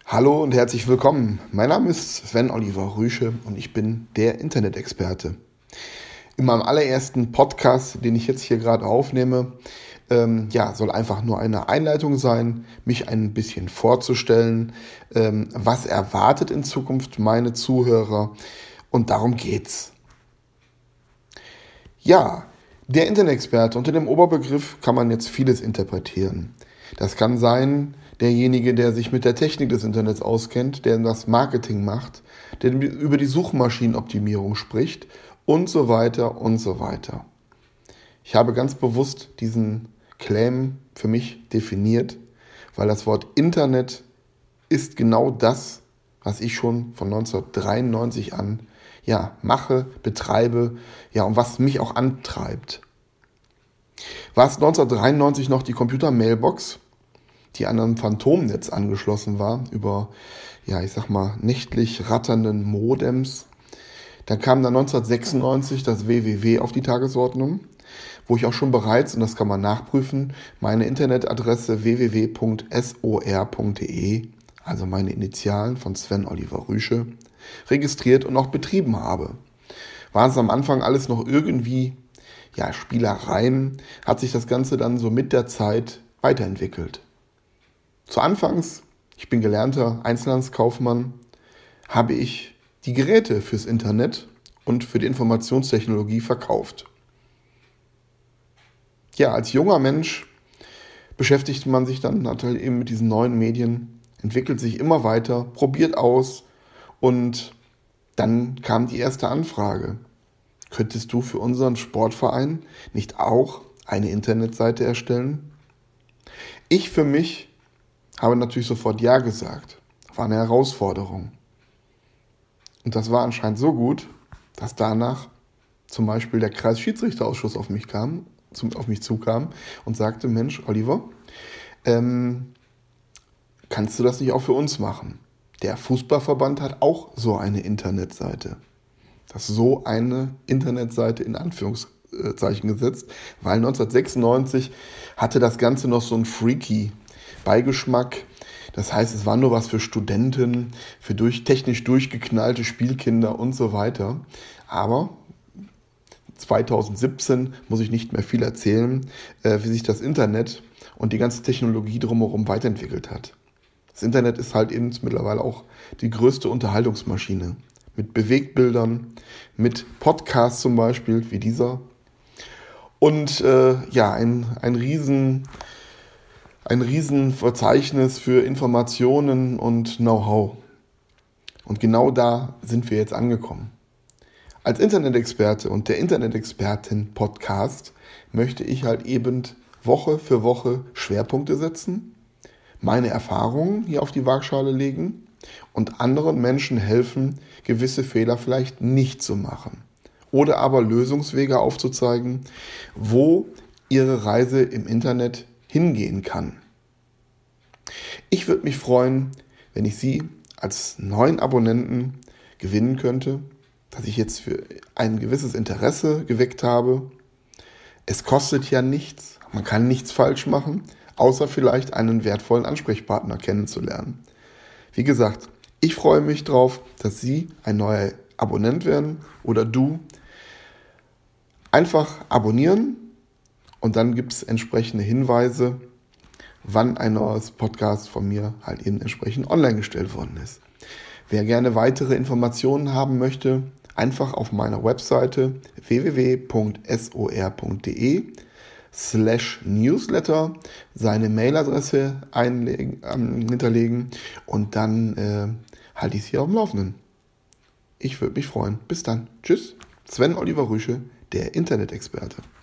Hallo und herzlich willkommen. Mein Name ist Sven Oliver Rüsche und ich bin der Internet-Experte. In meinem allerersten Podcast, den ich jetzt hier gerade aufnehme, soll einfach nur eine Einleitung sein, mich ein bisschen vorzustellen, was erwartet in Zukunft meine Zuhörer, und darum geht's. Ja, der Internet-Experte, unter dem Oberbegriff kann man jetzt vieles interpretieren. Das kann sein, derjenige, der sich mit der Technik des Internets auskennt, der das Marketing macht, der über die Suchmaschinenoptimierung spricht und so weiter und so weiter. Ich habe ganz bewusst diesen Claim für mich definiert, weil das Wort Internet ist genau das, was ich schon von 1993 an mache, betreibe, und was mich auch antreibt. War es 1993 noch die Computer-Mailbox, die an einem Phantomnetz angeschlossen war, über, nächtlich ratternden Modems. Dann kam dann 1996 das www auf die Tagesordnung, wo ich auch schon bereits, und das kann man nachprüfen, meine Internetadresse www.sor.de, also meine Initialen von Sven Oliver Rüsche, registriert und auch betrieben habe. Waren es am Anfang alles noch irgendwie Spielereien, hat sich das Ganze dann so mit der Zeit weiterentwickelt. Zu Anfangs, ich bin gelernter Einzelhandelskaufmann, habe ich die Geräte fürs Internet und für die Informationstechnologie verkauft. Ja, als junger Mensch beschäftigt man sich dann natürlich eben mit diesen neuen Medien, entwickelt sich immer weiter, probiert aus, und dann kam die erste Anfrage. Könntest du für unseren Sportverein nicht auch eine Internetseite erstellen? Ich für mich habe natürlich sofort Ja gesagt. War eine Herausforderung. Und das war anscheinend so gut, dass danach zum Beispiel der Kreisschiedsrichterausschuss auf mich zukam und sagte, Mensch, Oliver, kannst du das nicht auch für uns machen? Der Fußballverband hat auch so eine Internetseite. Das ist so eine Internetseite in Anführungszeichen gesetzt, weil 1996 hatte das Ganze noch so einen freaky Beigeschmack. Das heißt, es war nur was für Studenten, für technisch durchgeknallte Spielkinder und so weiter. Aber 2017 muss ich nicht mehr viel erzählen, wie sich das Internet und die ganze Technologie drumherum weiterentwickelt hat. Das Internet ist halt eben mittlerweile auch die größte Unterhaltungsmaschine. Mit Bewegtbildern, mit Podcasts zum Beispiel, wie dieser. Und ein riesen Verzeichnis für Informationen und Know-how. Und genau da sind wir jetzt angekommen. Als Internet-Experte und der Internet-Expertin-Podcast möchte ich halt eben Woche für Woche Schwerpunkte setzen, meine Erfahrungen hier auf die Waagschale legen und anderen Menschen helfen, gewisse Fehler vielleicht nicht zu machen. Oder aber Lösungswege aufzuzeigen, wo ihre Reise im Internet hingehen kann. Ich würde mich freuen, wenn ich Sie als neuen Abonnenten gewinnen könnte, dass ich jetzt für ein gewisses Interesse geweckt habe. Es kostet ja nichts, man kann nichts falsch machen, außer vielleicht einen wertvollen Ansprechpartner kennenzulernen. Wie gesagt, ich freue mich drauf, dass Sie ein neuer Abonnent werden oder du. Einfach abonnieren und dann gibt es entsprechende Hinweise, wann ein neues Podcast von mir halt eben entsprechend online gestellt worden ist. Wer gerne weitere Informationen haben möchte, einfach auf meiner Webseite www.sor.de/newsletter seine Mailadresse hinterlegen und dann halte ich Sie auf dem Laufenden. Ich würde mich freuen. Bis dann. Tschüss. Sven Oliver Rüsche, der Internet-Experte.